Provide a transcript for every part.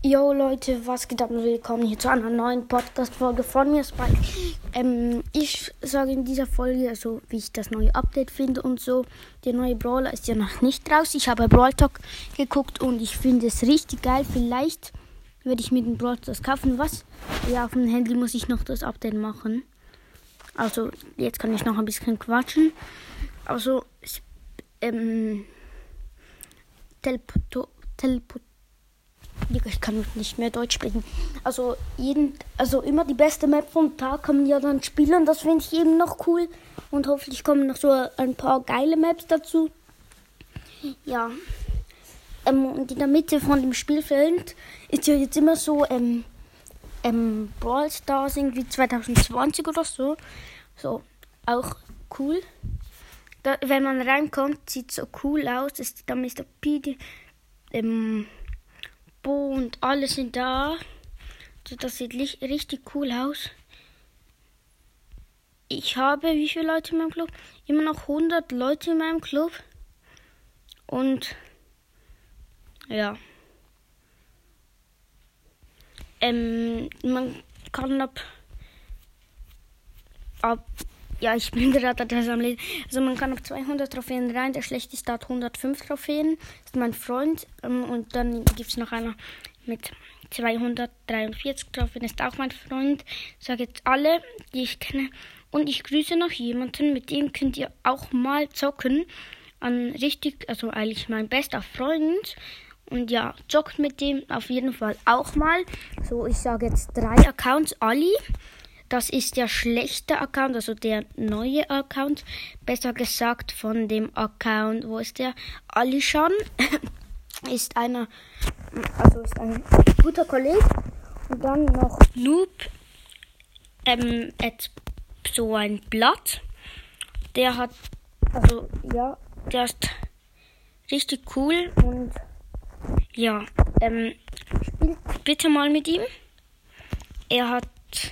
Yo Leute, was geht ab und willkommen hier zu einer neuen Podcast-Folge von mir, Spike. Ich sage in dieser Folge, also wie ich das neue Update finde und so. Der neue Brawler ist ja noch nicht raus. Ich habe Brawl Talk geguckt und ich finde es richtig geil. Vielleicht werde ich mit dem Brawl das kaufen. Was? Ja, auf dem Handy muss ich noch das Update machen. Also jetzt kann ich noch ein bisschen quatschen. Also ich kann nicht mehr Deutsch sprechen. Also immer die beste Map vom Tag kann man ja dann spielen. Das finde ich eben noch cool. Und hoffentlich kommen noch so ein paar geile Maps dazu. Ja. Und in der Mitte von dem Spielfeld ist ja jetzt immer so Brawl Stars irgendwie 2020 oder so. So, auch cool. Wenn man reinkommt, sieht so cool aus. Ist da Mr. P, Bo und alle sind da. Also das sieht richtig cool aus. Ich habe wie viele Leute in meinem Club? Immer noch 100 Leute in meinem Club. Und ja. Man kann ja, ich bin gerade das am Lesen. Also man kann auf 200 Trophäen rein. Der schlechteste hat 105 Trophäen. Das ist mein Freund. Und dann gibt es noch einer mit 243 Trophäen. Das ist auch mein Freund. Ich sage jetzt alle, die ich kenne. Und ich grüße noch jemanden. Mit dem könnt ihr auch mal zocken. Also eigentlich mein bester Freund. Und ja, zockt mit dem auf jeden Fall auch mal. So, ich sage jetzt 3 Accounts. Ali. Das ist der schlechte Account, also der neue Account. Besser gesagt von dem Account, wo ist der? Alishan ist ein guter Kollege. Und dann noch Noob, so ein Blatt. Der ist richtig cool. Und ja, spielt bitte mal mit ihm. Er hat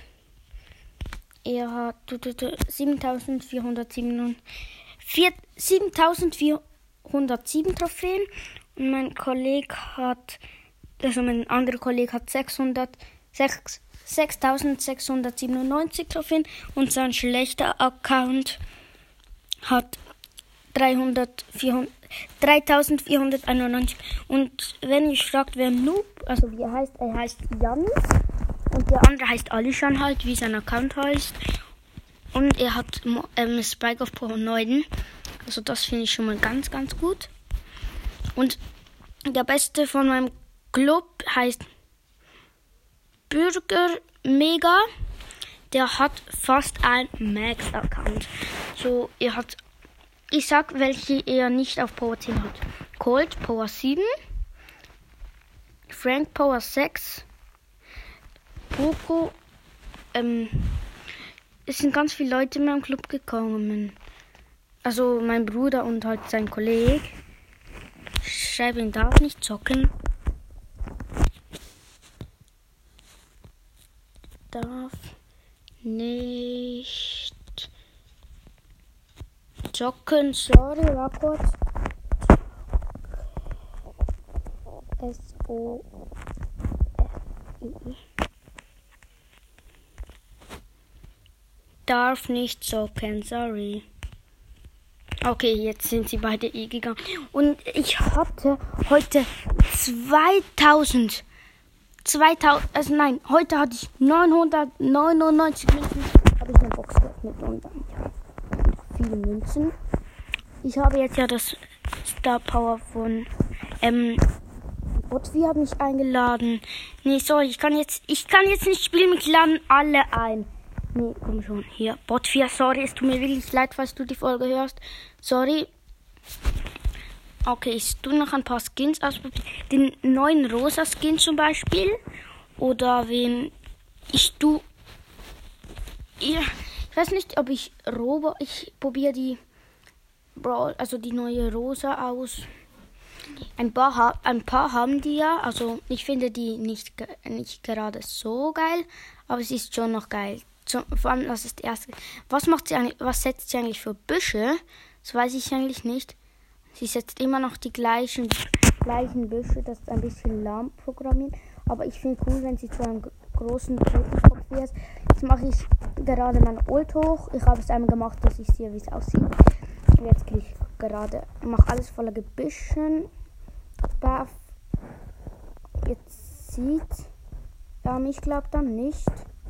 7407 Trophäen und mein anderer Kollege hat 6697 Trophäen und sein schlechter Account hat 3491. Und wenn ihr fragt, wer Noob, also wie er heißt Jan. Und der andere heißt Alishan halt, wie sein Account heißt. Und er hat Spike auf Power 9. Also das finde ich schon mal ganz, ganz gut. Und der beste von meinem Club heißt Bürger Mega. Der hat fast ein Max-Account. So, ich sag, welche er nicht auf Power 10 hat. Colt Power 7. Frank Power 6. Poco, es sind ganz viele Leute in meinem Club gekommen. Also mein Bruder und halt sein Kollege. Ich schreibe ihn, darf nicht zocken. Darf nicht zocken, sorry, war kurz. S-O-R-I. Darf nicht zocken, sorry. Okay, jetzt sind sie beide gegangen. Und ich hatte heute heute hatte ich 999 Münzen. Habe ich eine Box geöffnet und dann viele Münzen. Ich habe jetzt ja das Star Power von Botvi hat mich eingeladen. Nee, sorry, ich kann jetzt nicht spielen, mich laden alle ein. Nee, komm schon. Hier, Botvi, sorry, es tut mir wirklich leid, falls du die Folge hörst. Sorry. Okay, ich tue noch ein paar Skins ausprobieren. Den neuen rosa Skin zum Beispiel. Oder wen ich tue. Ich weiß nicht, ob ich probiere die Brawl, also die neue rosa aus. Ein paar haben die ja. Also ich finde die nicht gerade so geil. Aber sie ist schon noch geil. Vor allem, das ist die erste. Was setzt sie eigentlich für Büsche? Das weiß ich eigentlich nicht. Sie setzt immer noch die gleichen Büsche. Das ist ein bisschen lahm programmiert. Aber ich finde cool, wenn sie zu einem großen Totenkopf wird. Jetzt mache ich gerade meine Ult hoch. Ich habe es einmal gemacht, dass ich sehe, wie es aussieht. Jetzt gehe ich gerade, mache alles voller Gebüschen. Buff. Jetzt sieht er mich, glaubt dann nicht.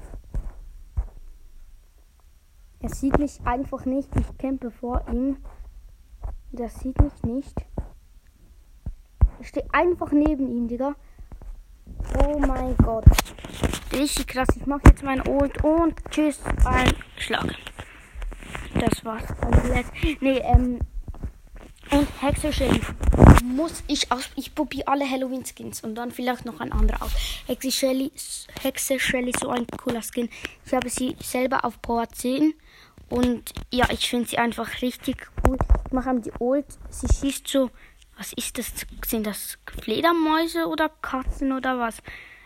Er sieht mich einfach nicht. Ich campe vor ihm. Der sieht mich nicht. Ich stehe einfach neben ihm, Digga. Oh mein Gott. Richtig krass. Ich mache jetzt mein Ult und tschüss. Ein Schlag. Das war's komplett. Nee, und Hexe Shelly muss ich aus. Ich probiere alle Halloween-Skins und dann vielleicht noch ein anderer aus. Hexe Shelly, so ein cooler Skin. Ich habe sie selber auf Power 10. Und ja, ich finde sie einfach richtig cool. Ich mache die Ult. Sie schießt so. Was ist das? Sind das Fledermäuse oder Katzen oder was?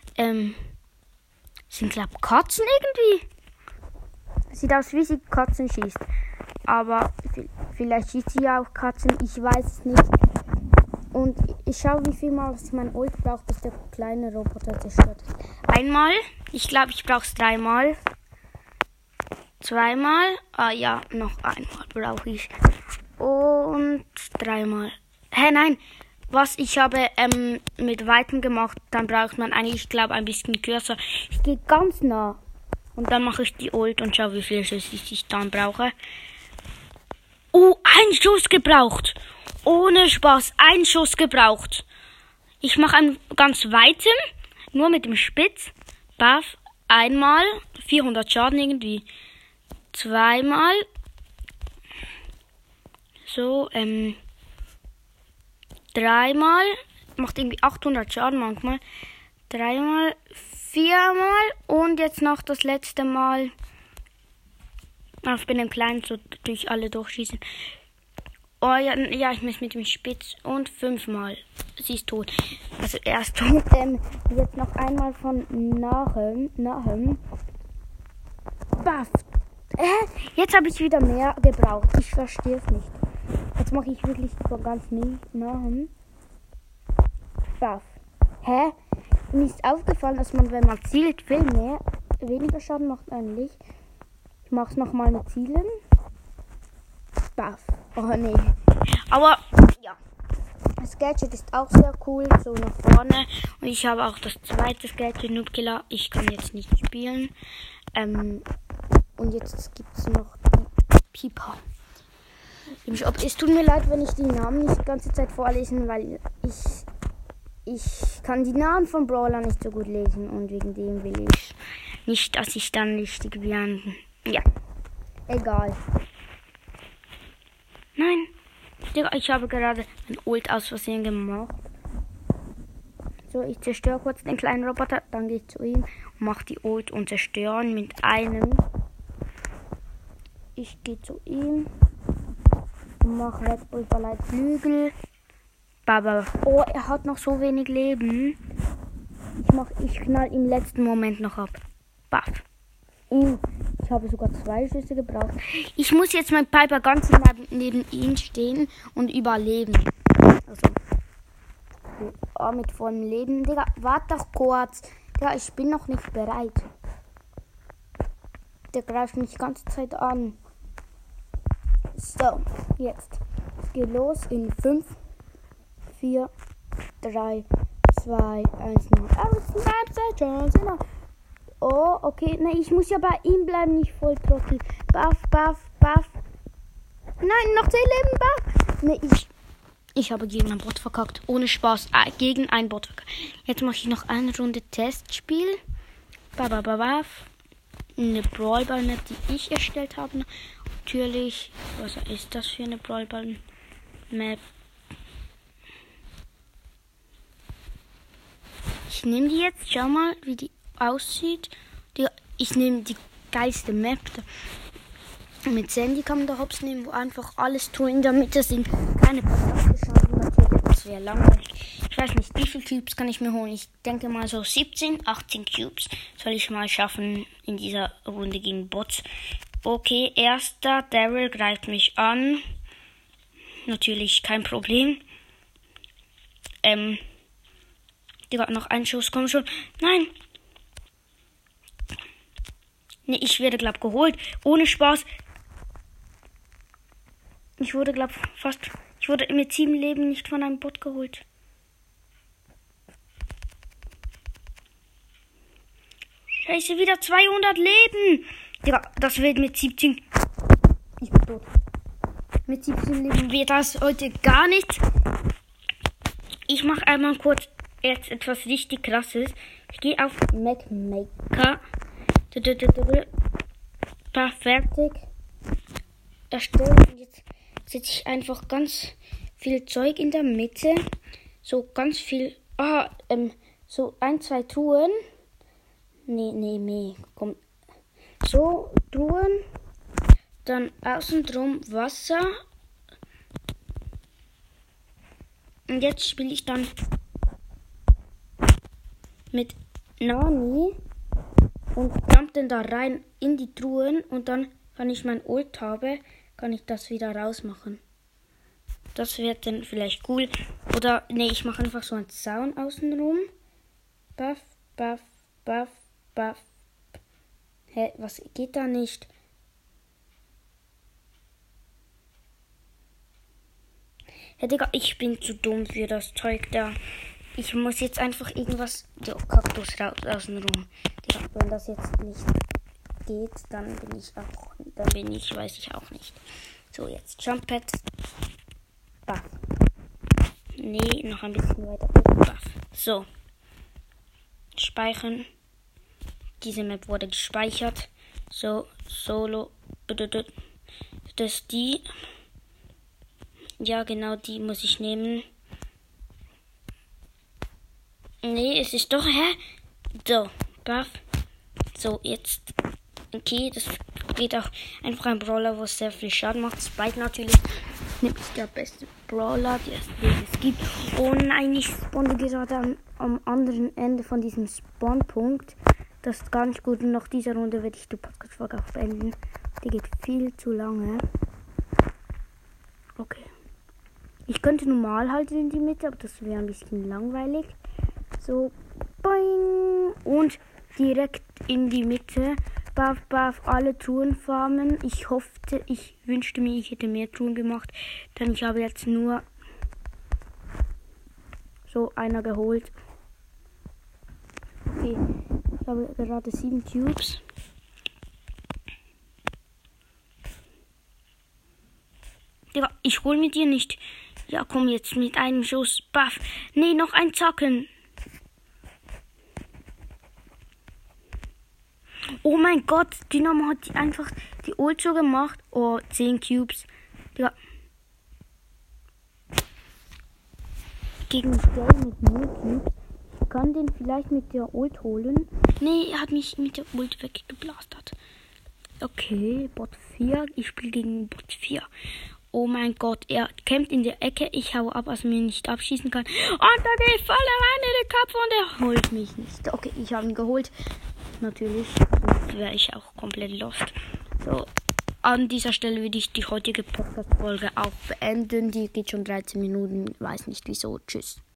Sind, glaube ich, Katzen irgendwie. Sieht aus, wie sie Katzen schießt. Aber vielleicht schießt sie ja auch Katzen. Ich weiß es nicht. Und ich schaue, wie viel Mal mein Ult braucht, bis der kleine Roboter zerstört ist. Einmal. Ich glaube, ich brauche es 3-mal. 2-mal. Ah ja, noch einmal brauche ich. Und 3-mal. Nein. Was ich habe mit Weitem gemacht, dann braucht man eigentlich, glaube ich, ein bisschen kürzer. Ich gehe ganz nah. Und dann mache ich die Ult und schaue, wie viel Schuss ich dann brauche. Oh, 1 Schuss gebraucht. Ohne Spaß, 1 Schuss gebraucht. Ich mache einen ganz weiten, nur mit dem Spitz. Buff, einmal, 400 Schaden irgendwie. 2-mal. So, 3-mal. Macht irgendwie 800 Schaden manchmal. 3-mal, 4-mal und jetzt noch das letzte Mal. Ich bin im Kleinen, so durch alle durchschießen. Oh ja, ich muss mit dem Spitz und 5-mal. Sie ist tot. Also er ist tot. Jetzt noch einmal von Nahem. Buff. Jetzt habe ich wieder mehr gebraucht. Ich verstehe es nicht. Jetzt mache ich wirklich von ganz Nahem. Buff. Mir ist aufgefallen, dass man, wenn man zielt, weniger Schaden macht eigentlich. Ich mache es nochmal mit Zielen. Buff. Oh nee. Aber ja. Das Gadget ist auch sehr cool. So nach vorne. Und ich habe auch das zweite Gadget, Noobkiller. Ich kann jetzt nicht spielen. Und jetzt gibt es noch die Piper. Im Shop. Es tut mir leid, wenn ich die Namen nicht die ganze Zeit vorlesen, weil ich kann die Namen von Brawlern nicht so gut lesen und wegen dem will ich nicht, dass ich dann richtig werden. Ja, egal. Nein, ich habe gerade ein Ult aus Versehen gemacht. So, ich zerstöre kurz den kleinen Roboter, dann gehe ich zu ihm und mache die Ult und zerstören mit einem. Ich gehe zu ihm und mache Red Bull Ballett Flügel. Baba. Oh, er hat noch so wenig Leben. Ich knall im letzten Moment noch ab. Baff. Ich habe sogar 2 Schüsse gebraucht. Ich muss jetzt mein Piper ganz neben ihm stehen und überleben. Also. Mit vollem Leben. Digga, warte doch kurz. Ja, ich bin noch nicht bereit. Der greift mich die ganze Zeit an. So, jetzt. Es geht los in 5, 4, 3, 2, 1, 0. Oh, okay. Nein, ich muss ja bei ihm bleiben, nicht voll Trottel. Buff. Nein, noch 10 Leben, Buff. Nee, ich habe gegen einen Bot verkackt. Ohne Spaß. Gegen einen Bot verkackt. Jetzt mache ich noch eine Runde Testspiel. Buff. Eine Brawlball-Map, die ich erstellt habe. Natürlich. Was ist das für eine Brawlball-Map? Ich nehme die jetzt. Schau mal, wie die aussieht. Ich nehme die geilste Map. Mit Sandy kann man da hops nehmen, wo einfach alles tun. In der Mitte sind keine Passagierschalen. Natürlich, das wäre langweilig. Ich weiß nicht, wie viele Cubes kann ich mir holen. Ich denke mal so 17, 18 Cubes soll ich mal schaffen in dieser Runde gegen Bots. Okay, erster Daryl greift mich an. Natürlich kein Problem. Digga, noch ein Schuss, komm schon. Nein. Nee, ich werde, glaub, geholt. Ohne Spaß. Ich wurde, glaub, ich wurde mit 7 Leben nicht von einem Bot geholt. Scheiße, wieder 200 Leben. Digga, das wird mit 17... Ich bin tot. Mit 17 Leben wird das heute gar nichts. Ich mache einmal kurz jetzt etwas richtig Krasses. Ich gehe auf Mac Maker. Da fertig. Erstellen. Und jetzt setze ich einfach ganz viel Zeug in der Mitte. So ganz viel. So 1, 2 Truhen. Nee. Komm. So, Truhen. Dann außen drum Wasser. Und jetzt spiele ich dann mit Nani und jump den da rein in die Truhen und dann kann ich mein Ult habe, kann ich das wieder rausmachen. Das wird dann vielleicht cool. Oder nee, ich mache einfach so einen Zaun außenrum. Buff, buff, buff, buff. Hä, was geht da nicht? Ja, Digga, ich bin zu dumm für das Zeug da. Ich muss jetzt einfach irgendwas... So, Kaktus außenrum. Digga, wenn das jetzt nicht geht, dann weiß ich auch nicht. So, jetzt Jump Pad. Buff. Nee, noch ein bisschen weiter. Buff. So. Speichern. Diese Map wurde gespeichert. So, Solo. Das ist die... Ja, genau, die muss ich nehmen. Nee, es ist doch, So, Buff. So, jetzt. Okay, das geht auch einfach ein Brawler, wo sehr viel Schaden macht. Spike natürlich. Nämlich der beste Brawler, den es gibt. Oh nein, ich spawne gerade am anderen Ende von diesem Spawnpunkt. Das ist gar nicht gut. Und nach dieser Runde werde ich die Podcast-Folge auch beenden. Die geht viel zu lange. Okay. Ich könnte normal halt in die Mitte, aber das wäre ein bisschen langweilig. So, boing. Und direkt in die Mitte. Buff, alle Truhen farmen. Ich wünschte mir, ich hätte mehr Truhen gemacht. Denn ich habe jetzt nur so einer geholt. Okay, ich habe gerade 7 Cubes. Digga, ich hol mit dir nicht. Ja, komm jetzt mit einem Schuss. Buff. Nee, noch ein Zacken. Oh mein Gott, Dynamo hat einfach die Ult so gemacht. Oh, 10 Cubes. Digga. Gegen Stell mit 0 Cubes. Ich kann den vielleicht mit der Ult holen. Nee, er hat mich mit der Ult weggeblastert. Okay, Bot 4. Ich spiele gegen Bot 4. Oh mein Gott, er kämpft in der Ecke. Ich hau ab, als er mich nicht abschießen kann. Und da geht voll rein in den Kopf und er holt mich nicht. Okay, ich habe ihn geholt. Natürlich, sonst wäre ich auch komplett lost. So, an dieser Stelle würde ich die heutige Podcast-Folge auch beenden. Die geht schon 13 Minuten. Weiß nicht wieso. Tschüss.